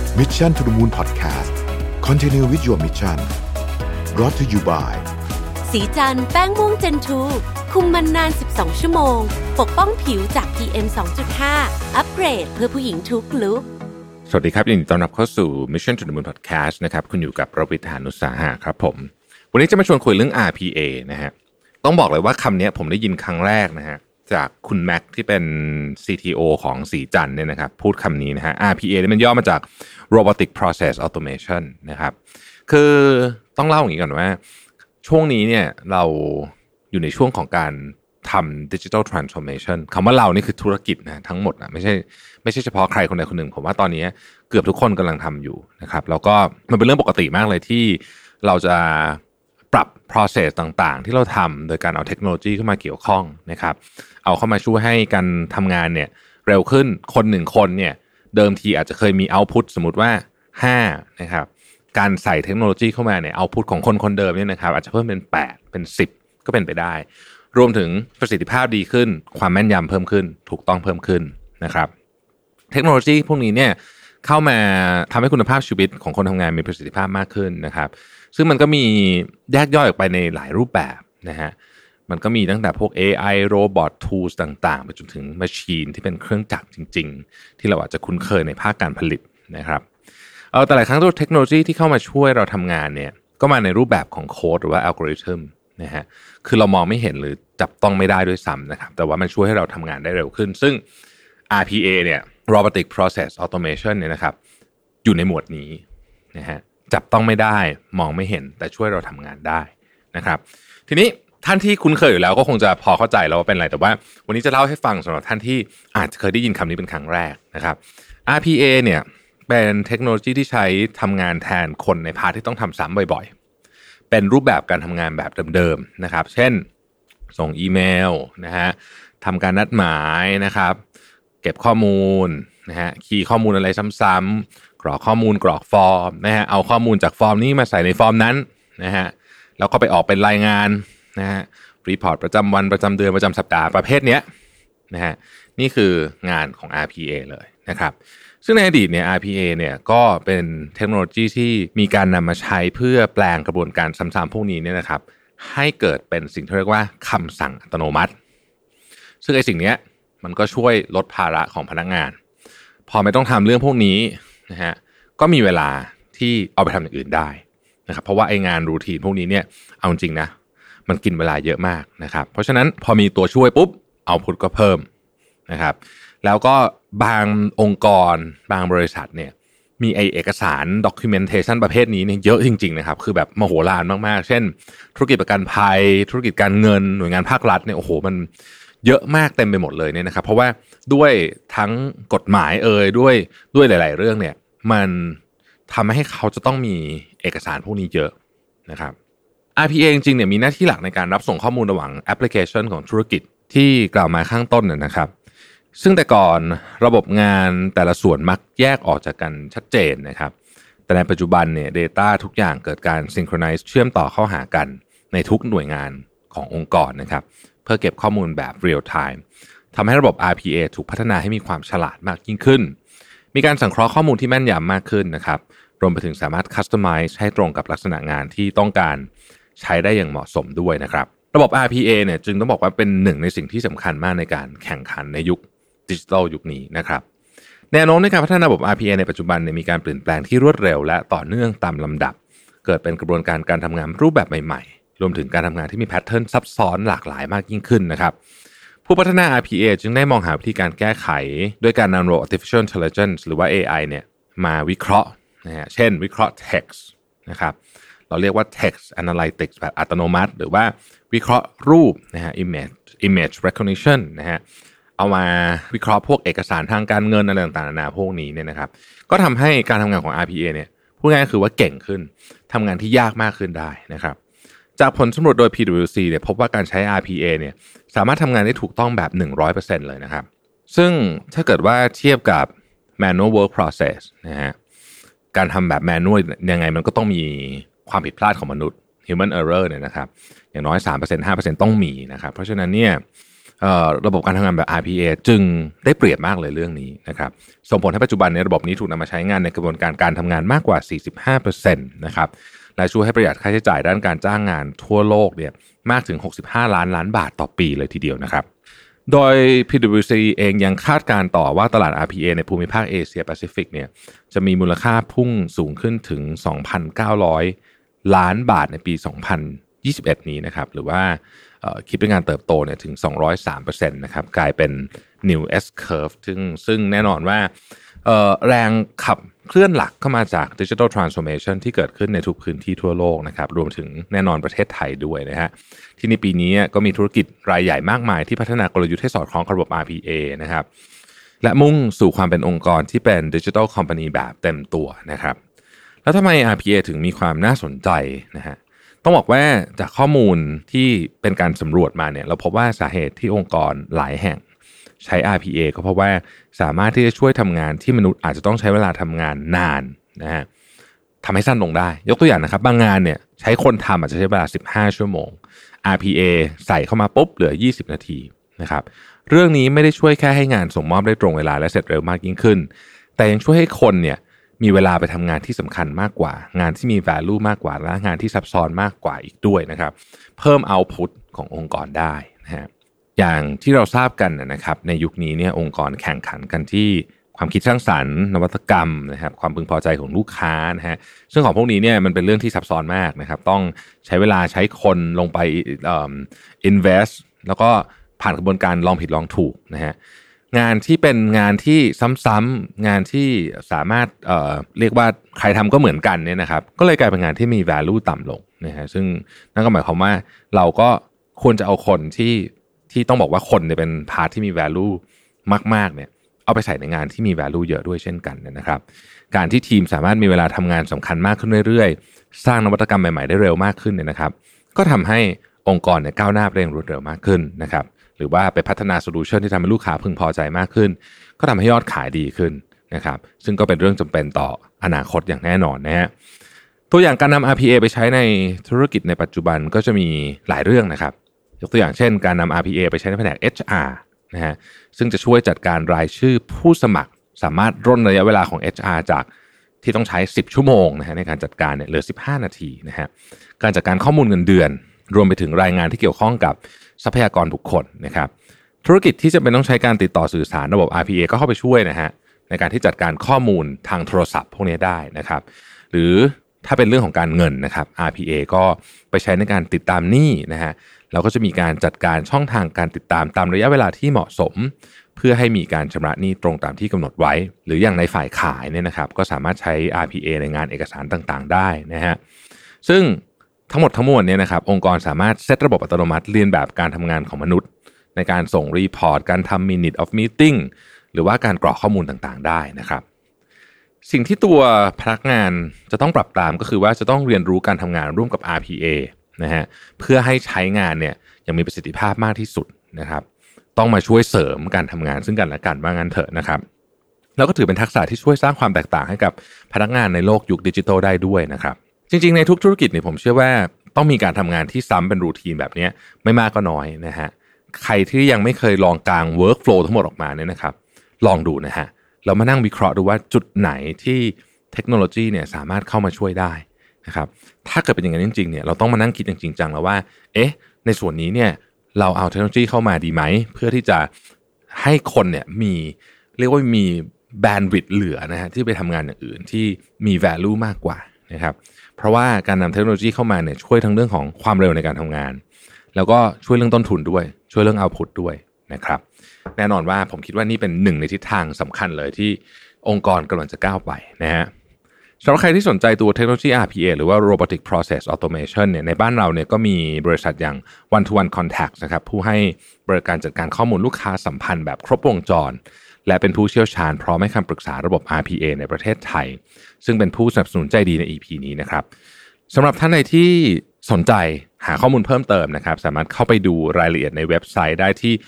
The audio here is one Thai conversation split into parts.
Mission to the Moon Podcast Continue with your mission brought to you by สีจันแป้งม่วงเจนทูคุมมันนาน12ชั่วโมงปกป้องผิวจาก PM 2.5 อัปเกรดเพื่อผู้หญิงทุกลุคสวัสดีครับยินดีต้อนรับเข้าสู่ Mission to the Moon Podcast นะครับคุณอยู่กับประวิทย์ หาญอุตสาหะครับผมวันนี้จะมาชวนคุยเรื่อง RPA นะฮะต้องบอกเลยว่าคำนี้ผมได้ยินครั้งแรกนะฮะจากคุณแม็กที่เป็น CTO ของสีจันเนี่ยนะครับพูดคำนี้นะฮะ RPA นี่มันย่อมาจาก Robotic Process Automation นะครับคือต้องเล่าอย่างนี้ก่อนว่าช่วงนี้เนี่ยเราอยู่ในช่วงของการทำ Digital Transformation คำว่าเรานี่คือธุรกิจนะทั้งหมดนะไม่ใช่เฉพาะใครคนใดคนหนึ่งผมว่าตอนนี้เกือบทุกคนกำลังทำอยู่นะครับแล้วก็มันเป็นเรื่องปกติมากเลยที่เราจะปรับ process ต่างๆที่เราทำโดยการเอาเทคโนโลยีเข้ามาเกี่ยวข้องนะครับเอาเข้ามาช่วยให้การทำงานเนี่ยเร็วขึ้นคนหนึ่งคนเนี่ยเดิมทีอาจจะเคยมี output สมมุติว่า5นะครับการใส่เทคโนโลยีเข้ามาเนี่ย output ของคนเดิมเนี่ยนะครับอาจจะเพิ่มเป็น8เป็น10ก็เป็นไปได้รวมถึงประสิทธิภาพดีขึ้นความแม่นยำเพิ่มขึ้นถูกต้องเพิ่มขึ้นนะครับเทคโนโลยีพวกนี้เนี่ยเข้ามาทำให้คุณภาพชีวิตของคนทำงานมีประสิทธิภาพมากขึ้นนะครับซึ่งมันก็มีแยกย่อยออกไปในหลายรูปแบบนะฮะมันก็มีตั้งแต่พวก AI Robot Tools ต่างๆไปจนถึง Machine ที่เป็นเครื่องจักรจริงๆที่เราอาจจะคุ้นเคยในภาคการผลิตนะครับแต่หลายครั้งตัวเทคโนโลยีที่เข้ามาช่วยเราทำงานเนี่ยก็มาในรูปแบบของโค้ดหรือว่าอัลกอริทึมนะฮะคือเรามองไม่เห็นหรือจับต้องไม่ได้ด้วยซ้ำนะครับแต่ว่ามันช่วยให้เราทำงานได้เร็วขึ้นซึ่ง RPA เนี่ย Robotic Process Automation เนี่ยนะครับอยู่ในหมวดนี้นะฮะจับต้องไม่ได้มองไม่เห็นแต่ช่วยเราทำงานได้นะครับทีนี้ท่านที่คุ้นเคยอยู่แล้วก็คงจะพอเข้าใจแล้วว่าเป็นอะไรแต่ว่าวันนี้จะเล่าให้ฟังสำหรับท่านที่อาจจะเคยได้ยินคำนี้เป็นครั้งแรกนะครับ RPA เนี่ยเป็นเทคโนโลยีที่ใช้ทำงานแทนคนในพาร์ทที่ต้องทำซ้ำบ่อยๆเป็นรูปแบบการทำงานแบบเดิมๆนะครับเช่นส่งอีเมลนะฮะทำการนัดหมายนะครับเก็บข้อมูลนะฮะคีย์ข้อมูลอะไรซ้ำๆกรอกข้อมูลกรอกฟอร์มนะฮะเอาข้อมูลจากฟอร์มนี้มาใส่ในฟอร์มนั้นนะฮะแล้วก็ไปออกเป็นรายงานนะฮะรีพอร์ตประจำวันประจำเดือนประจำสัปดาห์ประเภทเนี้ยนะฮะนี่คืองานของ RPA เลยนะครับซึ่งในอดีตเนี่ย RPA เนี่ยก็เป็นเทคโนโลยีที่มีการนำมาใช้เพื่อแปลงกระบวนการซ้ำๆพวกนี้เนี่ยนะครับให้เกิดเป็นสิ่งที่เรียกว่าคำสั่งอัตโนมัติซึ่งไอ้สิ่งเนี้ยมันก็ช่วยลดภาระของพนักงานพอไม่ต้องทำเรื่องพวกนี้นะฮะก็มีเวลาที่เอาไปทำอย่างอื่นได้นะครับเพราะว่าไอ้งานรูทีนพวกนี้เนี่ยเอาจริงนะมันกินเวลาเยอะมากนะครับเพราะฉะนั้นพอมีตัวช่วยปุ๊บเอาพุทก็เพิ่มนะครับแล้วก็บางองค์กรบางบริษัทเนี่ยมีเอกสาร documentation ประเภทนี้เนี่ยเยอะจริงๆนะครับคือแบบมโหฬารมากๆเช่นธุรกิจประกันภัยธุรกิจการเงินหน่วยงานภาครัฐเนี่ยโอ้โหมันเยอะมากเต็มไปหมดเลยเนี่ยนะครับเพราะว่าด้วยทั้งกฎหมายด้วยหลายๆเรื่องเนี่ยมันทำให้เขาจะต้องมีเอกสารพวกนี้เยอะนะครับ RPA จริงๆเนี่ยมีหน้าที่หลักในการรับส่งข้อมูลระหว่างแอปพลิเคชันของธุรกิจที่กล่าวมาข้างต้นนะครับซึ่งแต่ก่อนระบบงานแต่ละส่วนมักแยกออกจากกันชัดเจนนะครับแต่ในปัจจุบันเนี่ย data ทุกอย่างเกิดการ synchronize เชื่อมต่อเข้าหากันในทุกหน่วยงานขององค์กรนะครับเพื่อเก็บข้อมูลแบบ real time ทำให้ระบบ RPA ถูกพัฒนาให้มีความฉลาดมากยิ่งขึ้นมีการสังเคราะห์ข้อมูลที่แม่นยำมากขึ้นนะครับรวมไปถึงสามารถ customize ให้ตรงกับลักษณะงานที่ต้องการใช้ได้อย่างเหมาะสมด้วยนะครับระบบ RPA เนี่ยจึงต้องบอกว่าเป็นหนึ่งในสิ่งที่สำคัญมากในการแข่งขันในยุคดิจิทัลยุคนี้นะครับแนวโน้มในการพัฒนาระบบ RPA ในปัจจุบันเนี่ยมีการเปลี่ยนแปลงที่รวดเร็วและต่อเนื่องตามลำดับเกิดเป็นกระบวนการการทำงานรูปแบบใหม่ๆรวมถึงการทำงานที่มีแพทเทิร์นซับซ้อนหลากหลายมากยิ่งขึ้นนะครับผู้พัฒนา RPA จึงได้มองหาวิธีการแก้ไขด้วยการนำระบบ Artificial Intelligence หรือว่า AI เนี่ยมาวิเคราะห์นะฮะเช่นวิเคราะห์ text นะครับเราเรียกว่า text analytics แบบอัตโนมัติหรือว่าวิเคราะห์รูปนะฮะ image recognition นะฮะเอามาวิเคราะห์พวกเอกสารทางการเงินอะไรต่างๆนานาพวกนี้เนี่ยนะครับก็ทำให้การทำงานของ RPA เนี่ยพูดง่ายๆคือว่าเก่งขึ้นทำงานที่ยากมากขึ้นได้นะครับจากผลสำรวจโดย PwC เนี่ยพบว่าการใช้ RPA เนี่ยสามารถทำงานได้ถูกต้องแบบ 100% เลยนะครับซึ่งถ้าเกิดว่าเทียบกับ manual work process นะฮะการทำแบบ manual ยังไงมันก็ต้องมีความผิดพลาดของมนุษย์ human error เนี่ยนะครับอย่างน้อย 3% 5% ต้องมีนะครับเพราะฉะนั้นเนี่ยระบบการทำงานแบบ RPA จึงได้เปรียบมากเลยเรื่องนี้นะครับส่งผลให้ปัจจุบันในระบบนี้ถูกนำมาใช้งานในกระบวนการทำงานมากกว่า 45% นะครับและช่วยให้ประหยัดค่าใช้จ่ายด้านการจ้างงานทั่วโลกเนี่ยมากถึง65ล้านบาทต่อปีเลยทีเดียวนะครับโดย PwC เองยังคาดการณ์ต่อว่าตลาด RPA ในภูมิภาคเอเชียแปซิฟิกเนี่ยจะมีมูลค่าพุ่งสูงขึ้นถึง 2,900 ล้านบาทในปี 2021 นี้นะครับหรือว่าคิดเป็นการเติบโตเนี่ยถึง 203% นะครับกลายเป็น New S Curve ซึ่งแน่นอนว่าแรงขับเคลื่อนหลักเข้ามาจาก Digital Transformation ที่เกิดขึ้นในทุกพื้นที่ทั่วโลกนะครับรวมถึงแน่นอนประเทศไทยด้วยนะฮะที่ในปีนี้ก็มีธุรกิจรายใหญ่มากมายที่พัฒนากลยุทธ์ให้สอดคล้องกับระบบ RPA นะครับและมุ่งสู่ความเป็นองค์กรที่เป็น Digital Company แบบเต็มตัวนะครับแล้วทำไม RPA ถึงมีความน่าสนใจนะฮะต้องบอกว่าจากข้อมูลที่เป็นการสำรวจมาเนี่ยเราพบว่าสาเหตุที่องค์กรหลายแห่งใช้ RPA ก็เพราะว่าสามารถที่จะช่วยทำงานที่มนุษย์อาจจะต้องใช้เวลาทำงานนานนะฮะทำให้สั้นลงได้ยกตัวอย่างนะครับบางงานเนี่ยใช้คนทำอาจจะใช้เวลา15ชั่วโมง RPA ใส่เข้ามาปุ๊บเหลือ20นาทีนะครับเรื่องนี้ไม่ได้ช่วยแค่ให้งานส่งมอบได้ตรงเวลาและเสร็จเร็วมากยิ่งขึ้นแต่ยังช่วยให้คนเนี่ยมีเวลาไปทำงานที่สำคัญมากกว่างานที่มี value มากกว่าและงานที่ซับซ้อนมากกว่าอีกด้วยนะครับเพิ่ม output ขององค์กรได้นะฮะอย่างที่เราทราบกันนะครับในยุคนี้เนี่ยองค์กรแข่งขันกันที่ความคิดสร้างสรรค์นวัตกรรมนะครับความพึงพอใจของลูกค้านะฮะซึ่งของพวกนี้เนี่ยมันเป็นเรื่องที่ซับซ้อนมากนะครับต้องใช้เวลาใช้คนลงไปinvest แล้วก็ผ่านกระบวนการลองผิดลองถูกนะฮะงานที่เป็นงานที่ซ้ำๆงานที่สามารถเรียกว่าใครทำก็เหมือนกันเนี่ยนะครับก็เลยกลายเป็นงานที่มี value ต่ำลงนะฮะซึ่งนั่นก็หมายความว่าเราก็ควรจะเอาคนที่ต้องบอกว่าคนเนี่ยเป็นพาร์ทที่มี value มากๆเนี่ยเอาไปใส่ในงานที่มี value เยอะด้วยเช่นกันนะครับการที่ทีมสามารถมีเวลาทำงานสำคัญมากขึ้นเรื่อยๆสร้างนวัตกรรมใหม่ๆได้เร็วมากขึ้นเนี่ยนะครับก็ทำให้องค์กรเนี่ยก้าวหน้าเร่งรวดเร็วมากขึ้นนะครับหรือว่าไปพัฒนาโซลูชันที่ทำให้ลูกค้าพึงพอใจมากขึ้นก็ทำให้ยอดขายดีขึ้นนะครับซึ่งก็เป็นเรื่องจำเป็นต่ออนาคตอย่างแน่นอนนะฮะตัวอย่างการนำ RPA ไปใช้ในธุรกิจในปัจจุบันก็จะมีหลายเรื่องนะครับยกตัวอย่างเช่นการนำ RPA ไปใช้ในแผนก HR นะฮะซึ่งจะช่วยจัดการรายชื่อผู้สมัครสามารถร่นระยะเวลาของ HR จากที่ต้องใช้10ชั่วโมงนะฮะในการจัดการเนี่ยเหลือ15นาทีนะฮะการจัดการข้อมูลเงินเดือนรวมไปถึงรายงานที่เกี่ยวข้องกับทรัพยากรบุคคลนะครับธุรกิจที่จะเป็นต้องใช้การติดต่อสื่อสารระบบ RPA ก็เข้าไปช่วยนะฮะในการที่จัดการข้อมูลทางโทรศัพท์พวกนี้ได้นะครับหรือถ้าเป็นเรื่องของการเงินนะครับ RPA ก็ไปใช้ในการติดตามหนี้นะฮะเราก็จะมีการจัดการช่องทางการติดตามตามระยะเวลาที่เหมาะสมเพื่อให้มีการชำระหนี้ตรงตามที่กำหนดไว้หรืออย่างในฝ่ายขายเนี่ยนะครับก็สามารถใช้ RPA ในงานเอกสารต่างๆได้นะฮะซึ่งทั้งหมดทั้งมวลเนี่ยนะครับองค์กรสามารถเซตระบบอัตโนมัติเรียนแบบการทำงานของมนุษย์ในการส่งรีพอร์ตการทำ minute of meeting หรือว่าการกรอกข้อมูลต่างๆได้นะครับสิ่งที่ตัวพนักงานจะต้องปรับตามก็คือว่าจะต้องเรียนรู้การทำงานร่วมกับ RPA นะฮะเพื่อให้ใช้งานเนี่ยยังมีประสิทธิภาพมากที่สุดนะครับต้องมาช่วยเสริมการทำงานซึ่งกันและกันว่างั้นเถอะนะครับแล้วก็ถือเป็นทักษะที่ช่วยสร้างความแตกต่างให้กับพนักงานในโลกยุคดิจิทัลได้ด้วยนะครับจริงๆในทุกธุรกิจเนี่ยผมเชื่อว่าต้องมีการทำงานที่ซ้ำเป็นรูทีนแบบนี้ไม่มากก็น้อยนะฮะใครที่ยังไม่เคยลองกาง workflow ทั้งหมดออกมาเนี่ยนะครับลองดูนะฮะเรามานั่งวิเคราะห์ดูว่าจุดไหนที่เทคโนโลยีเนี่ยสามารถเข้ามาช่วยได้นะครับถ้าเกิดเป็นอย่างนั้นจริงๆเนี่ยเราต้องมานั่งคิดจริงจังแล้วว่าในส่วนนี้เนี่ยเราเอาเทคโนโลยีเข้ามาดีไหมเพื่อที่จะให้คนเนี่ยเรียกว่ามีแบนด์วิดต์เหลือนะฮะที่ไปทำงานอย่างอื่นที่มี value มากกว่านะครับเพราะว่าการนำเทคโนโลยีเข้ามาเนี่ยช่วยทั้งเรื่องของความเร็วในการทำงานแล้วก็ช่วยเรื่องต้นทุนด้วยช่วยเรื่อง output ด้วยนะครับแน่นอนว่าผมคิดว่านี่เป็นหนึ่งในทิศทางสำคัญเลยที่องค์กรกำลังจะก้าวไปนะฮะสำหรับใครที่สนใจตัวเทคโนโลยี RPA หรือว่า Robotic Process Automation เนี่ยในบ้านเราเนี่ยก็มีบริษัทอย่าง One-to-One Contact นะครับผู้ให้บริการจัดการข้อมูลลูกค้าสัมพันธ์แบบครบวงจรและเป็นผู้เชี่ยวชาญพร้อมให้คำปรึกษาระบบ RPA ในประเทศไทยซึ่งเป็นผู้สนับสนุนใจดีใน EP นี้นะครับสำหรับท่านใดที่สนใจหาข้อมูลเพิ่มเติมนะครับสามารถเข้าไปดูรายละเอียดในเว็บไซต์ได้ที่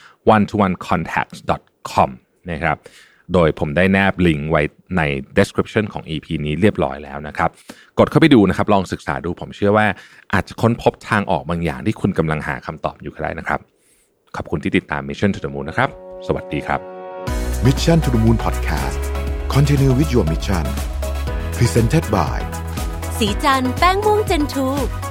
one-to-one-contacts.com นะครับโดยผมได้แนบลิงก์ไว้ใน description ของ EP นี้เรียบร้อยแล้วนะครับกดเข้าไปดูนะครับลองศึกษาดูผมเชื่อว่าอาจจะค้นพบทางออกบางอย่างที่คุณกำลังหาคำตอบอยู่ก็ได้นะครับขอบคุณที่ติดตาม Mission to the Moon นะครับสวัสดีครับ Mission to the Moon Podcast Continue with your mission Presented by สีจันทร์แป้งม่วงเจนทู